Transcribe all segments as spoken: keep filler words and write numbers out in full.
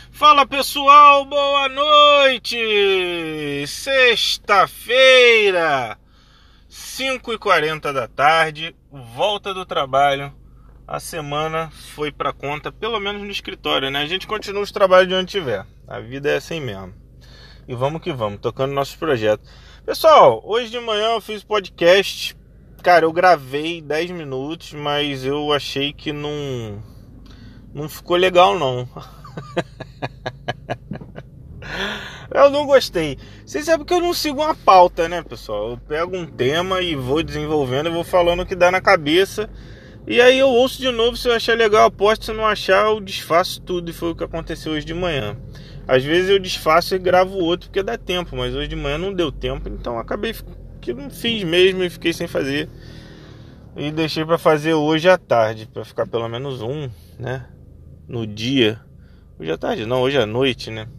Fala pessoal, boa noite! Sexta-feira, cinco e quarenta da tarde, volta do trabalho. A semana foi pra conta, pelo menos no escritório, né? A gente continua os trabalhos de onde tiver. A vida é assim mesmo. E vamos que vamos, tocando nossos projetos. Pessoal, hoje de manhã eu fiz podcast. Cara, eu gravei dez minutos, mas eu achei que não, não ficou legal não. Eu não gostei. Vocês sabem que eu não sigo uma pauta, né, pessoal? Eu pego um tema e vou desenvolvendo, e vou falando o que dá na cabeça. E aí eu ouço de novo, se eu achar legal, eu posto. Se não achar, eu desfaço tudo. E foi o que aconteceu hoje de manhã. Às vezes eu desfaço e gravo outro porque dá tempo, mas hoje de manhã não deu tempo. Então eu acabei que não fiz mesmo e fiquei sem fazer. E deixei pra fazer hoje à tarde, pra ficar pelo menos um, né, no dia. Hoje à tarde não, hoje à noite, né?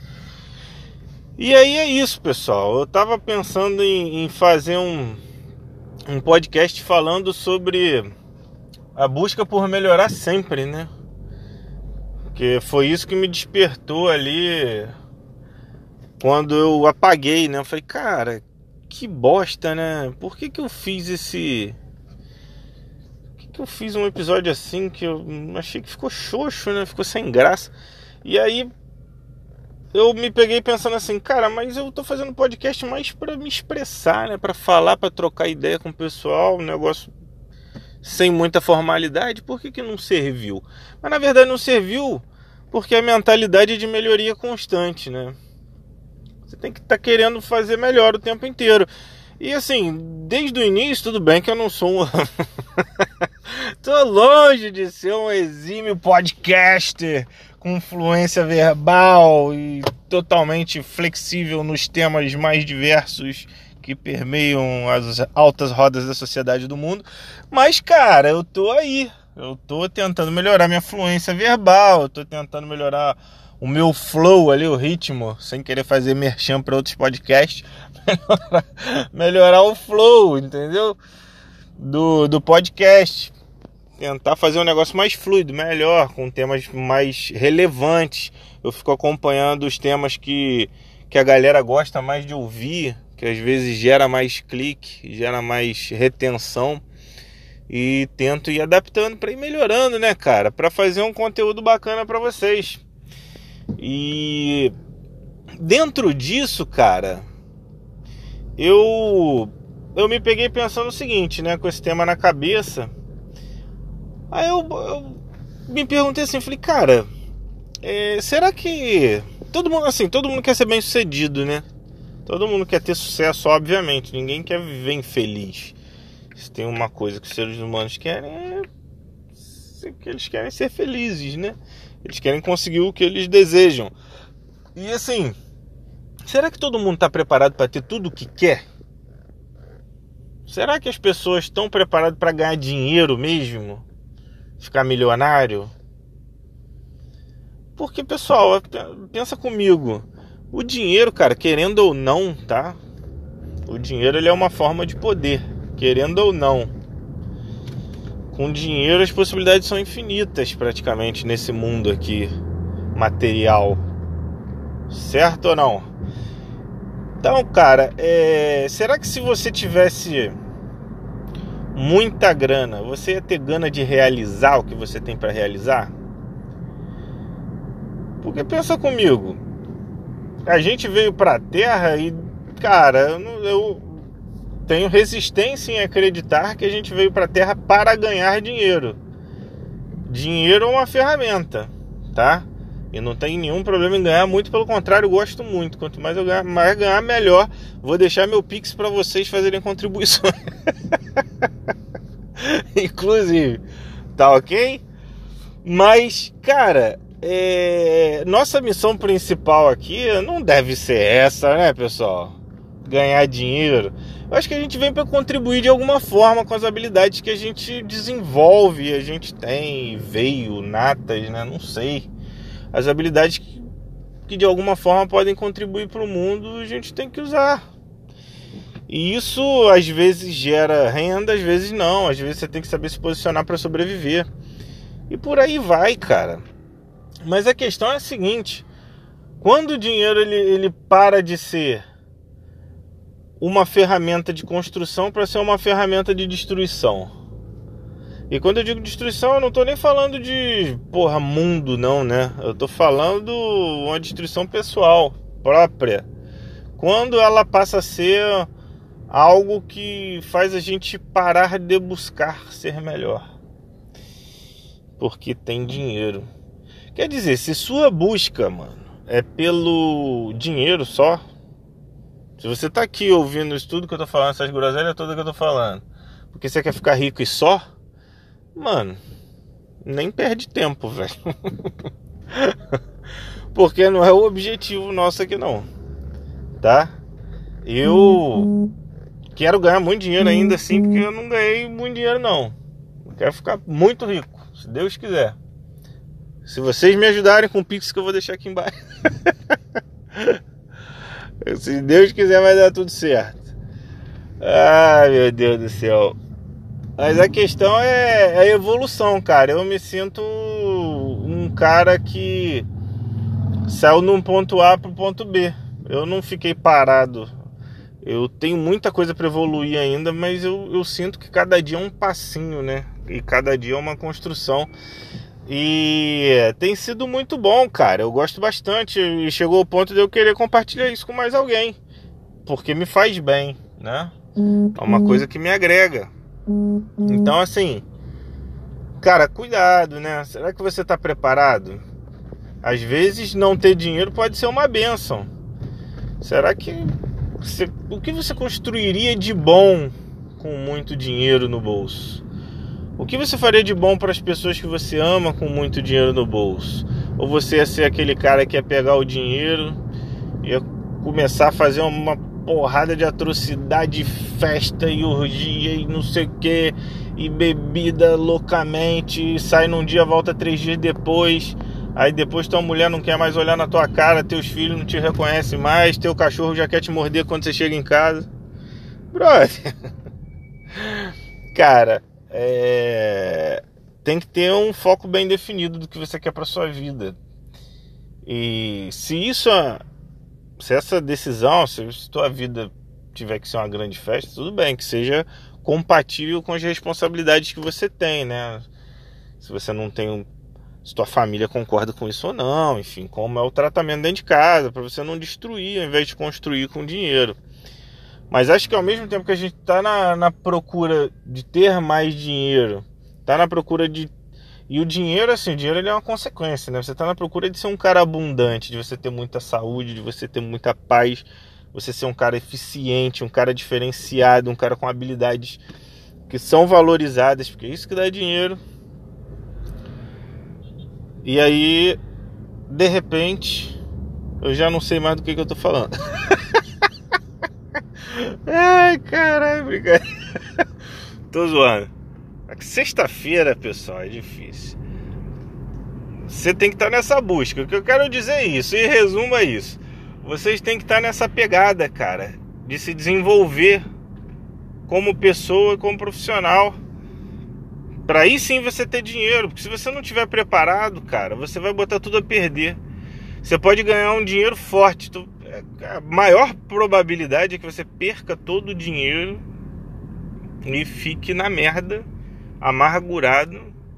E aí é isso, pessoal. Eu tava pensando em, em fazer um, um podcast falando sobre a busca por melhorar sempre, né? Porque foi isso que me despertou ali quando eu apaguei, né? Eu falei, cara, que bosta, né? Por que que eu fiz esse... Por que que eu fiz um episódio assim que eu achei que ficou xoxo, né? Ficou sem graça. E aí eu me peguei pensando assim, cara, mas eu tô fazendo podcast mais pra me expressar, né? Pra falar, pra trocar ideia com o pessoal, um negócio sem muita formalidade. Por que que não serviu? Mas na verdade não serviu porque a mentalidade é de melhoria constante, né? Você tem que estar tá querendo fazer melhor o tempo inteiro. E assim, desde o início, tudo bem que eu não sou um... tô longe de ser um exímio podcaster com fluência verbal e totalmente flexível nos temas mais diversos que permeiam as altas rodas da sociedade do mundo. Mas, cara, eu tô aí. Eu tô tentando melhorar minha fluência verbal, eu tô tentando melhorar o meu flow ali, o ritmo, sem querer fazer merchan para outros podcasts. Melhorar, melhorar o flow, entendeu? Do, do podcast. Tentar fazer um negócio mais fluido, melhor, com temas mais relevantes. Eu fico acompanhando os temas que, que a galera gosta mais de ouvir, que às vezes gera mais clique, gera mais retenção. E tento ir adaptando para ir melhorando, né, cara? Para fazer um conteúdo bacana para vocês. E dentro disso, cara, eu, eu me peguei pensando o seguinte, né, com esse tema na cabeça. Aí eu, eu me perguntei assim, falei, cara, é, será que todo mundo, assim, todo mundo quer ser bem sucedido, né? Todo mundo quer ter sucesso, obviamente. Ninguém quer viver infeliz. Se tem uma coisa que os seres humanos querem, é que eles querem ser felizes, né? Eles querem conseguir o que eles desejam. E assim, será que todo mundo está preparado para ter tudo o que quer? Será que as pessoas estão preparadas para ganhar dinheiro mesmo? Ficar milionário? Porque, pessoal, pensa comigo, o dinheiro, cara, querendo ou não, tá? O dinheiro, ele é uma forma de poder, querendo ou não. Com dinheiro as possibilidades são infinitas praticamente nesse mundo aqui material, certo ou não? Então, cara, é... será que se você tivesse muita grana, você ia ter gana de realizar o que você tem para realizar? Porque pensa comigo, a gente veio pra Terra e, cara, eu, não, eu tenho resistência em acreditar que a gente veio pra Terra para ganhar dinheiro. Dinheiro é uma ferramenta, tá? E não tem nenhum problema em ganhar, muito pelo contrário, eu gosto muito. Quanto mais eu ganhar, mais ganhar, melhor. Vou deixar meu Pix para vocês fazerem contribuições. Inclusive, tá ok? Mas, cara, é... nossa missão principal aqui não deve ser essa, né, pessoal? Ganhar dinheiro. Eu acho que a gente vem para contribuir de alguma forma com as habilidades que a gente desenvolve, a gente tem, veio, natas, né? Não sei. As habilidades que, que de alguma forma podem contribuir para o mundo, a gente tem que usar. E isso às vezes gera renda, às vezes não. Às vezes você tem que saber se posicionar para sobreviver. E por aí vai, cara. Mas a questão é a seguinte: quando o dinheiro ele, ele para de ser uma ferramenta de construção para ser uma ferramenta de destruição. E quando eu digo destruição, eu não tô nem falando de, porra, mundo, não, né? Eu tô falando uma destruição pessoal, própria. Quando ela passa a ser algo que faz a gente parar de buscar ser melhor. Porque tem dinheiro. Quer dizer, se sua busca, mano, é pelo dinheiro só, se você tá aqui ouvindo isso tudo que eu tô falando, essas groselhas todas que eu tô falando, porque você quer ficar rico e só, mano, nem perde tempo, velho. Porque não é o objetivo nosso aqui não, tá? Eu quero ganhar muito dinheiro ainda assim, porque eu não ganhei muito dinheiro não. Eu quero ficar muito rico, se Deus quiser. Se vocês me ajudarem com o Pix que eu vou deixar aqui embaixo. Se Deus quiser vai dar tudo certo. Ai, meu Deus do céu. Mas a questão é a evolução, cara. Eu me sinto um cara que saiu num ponto A pro ponto B. Eu não fiquei parado. Eu tenho muita coisa para evoluir ainda, mas eu, eu sinto que cada dia é um passinho, né? E cada dia é uma construção. E tem sido muito bom, cara. Eu gosto bastante. E chegou ao ponto de eu querer compartilhar isso com mais alguém. Porque me faz bem, né? É uma coisa que me agrega. Então, assim, cara, cuidado, né? Será que você tá preparado? Às vezes não ter dinheiro pode ser uma bênção. Será que você, o que você construiria de bom com muito dinheiro no bolso? O que você faria de bom para as pessoas que você ama com muito dinheiro no bolso? Ou você ia ser aquele cara que ia pegar o dinheiro e ia começar a fazer uma porrada de atrocidade, festa e orgia e não sei o que, e bebida loucamente, sai num dia, volta três dias depois, aí depois tua mulher não quer mais olhar na tua cara, teus filhos não te reconhecem mais, teu cachorro já quer te morder quando você chega em casa. Brother, cara, é... tem que ter um foco bem definido do que você quer pra sua vida. E se isso é... se essa decisão, se a tua vida tiver que ser uma grande festa, tudo bem, que seja compatível com as responsabilidades que você tem, né? Se você não tem, se tua família concorda com isso ou não, enfim, como é o tratamento dentro de casa, para você não destruir ao invés de construir com dinheiro. Mas acho que ao mesmo tempo que a gente tá na, na procura de ter mais dinheiro, tá na procura de... E o dinheiro, assim, o dinheiro ele é uma consequência, né? Você tá na procura de ser um cara abundante, de você ter muita saúde, de você ter muita paz, você ser um cara eficiente, um cara diferenciado, um cara com habilidades que são valorizadas, porque é isso que dá dinheiro. E aí, de repente, eu já não sei mais do que, que eu tô falando. Ai, caralho, obrigado. Tô zoando. Sexta-feira, pessoal, é difícil. Você tem que estar nessa busca. O que eu quero dizer é isso. Em resumo é isso. Vocês têm que estar nessa pegada, cara, de se desenvolver como pessoa, como profissional, para aí sim você ter dinheiro. Porque se você não estiver preparado, cara, você vai botar tudo a perder. Você pode ganhar um dinheiro forte. A maior probabilidade é que você perca todo o dinheiro e fique na merda, amargurado.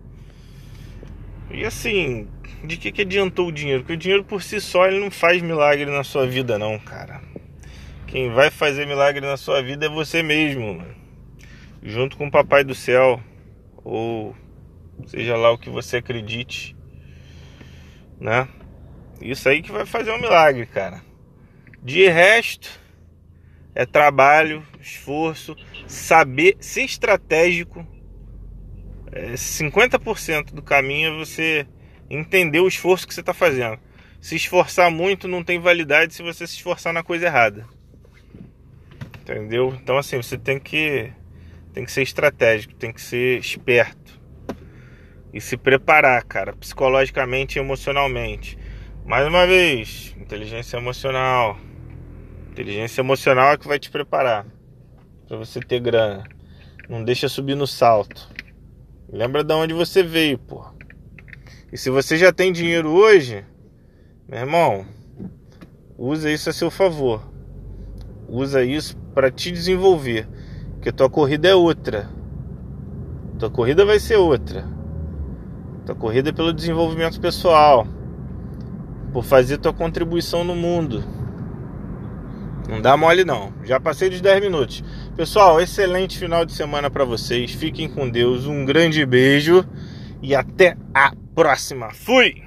E assim, de que que adiantou o dinheiro? Porque o dinheiro por si só ele não faz milagre na sua vida não, cara. Quem vai fazer milagre na sua vida é você mesmo, mano. Junto com o Papai do Céu, ou seja lá o que você acredite, né? Isso aí que vai fazer um milagre, cara. De resto, é trabalho, esforço, saber ser estratégico. É, cinquenta por cento do caminho é você entender o esforço que você está fazendo. Se esforçar muito não tem validade se você se esforçar na coisa errada. Entendeu? Então assim, você tem que, tem que ser estratégico, tem que ser esperto. E se preparar, cara, psicologicamente e emocionalmente. Mais uma vez, inteligência emocional. Inteligência emocional é que vai te preparar para você ter grana. Não deixa subir no salto. Lembra de onde você veio, pô. E se você já tem dinheiro hoje, meu irmão, usa isso a seu favor. Usa isso para te desenvolver, porque tua corrida é outra. Tua corrida vai ser outra. Tua corrida é pelo desenvolvimento pessoal, por fazer tua contribuição no mundo. Não dá mole não. Já passei dos dez minutos. Pessoal, excelente final de semana para vocês. Fiquem com Deus. Um grande beijo e até a próxima. Fui!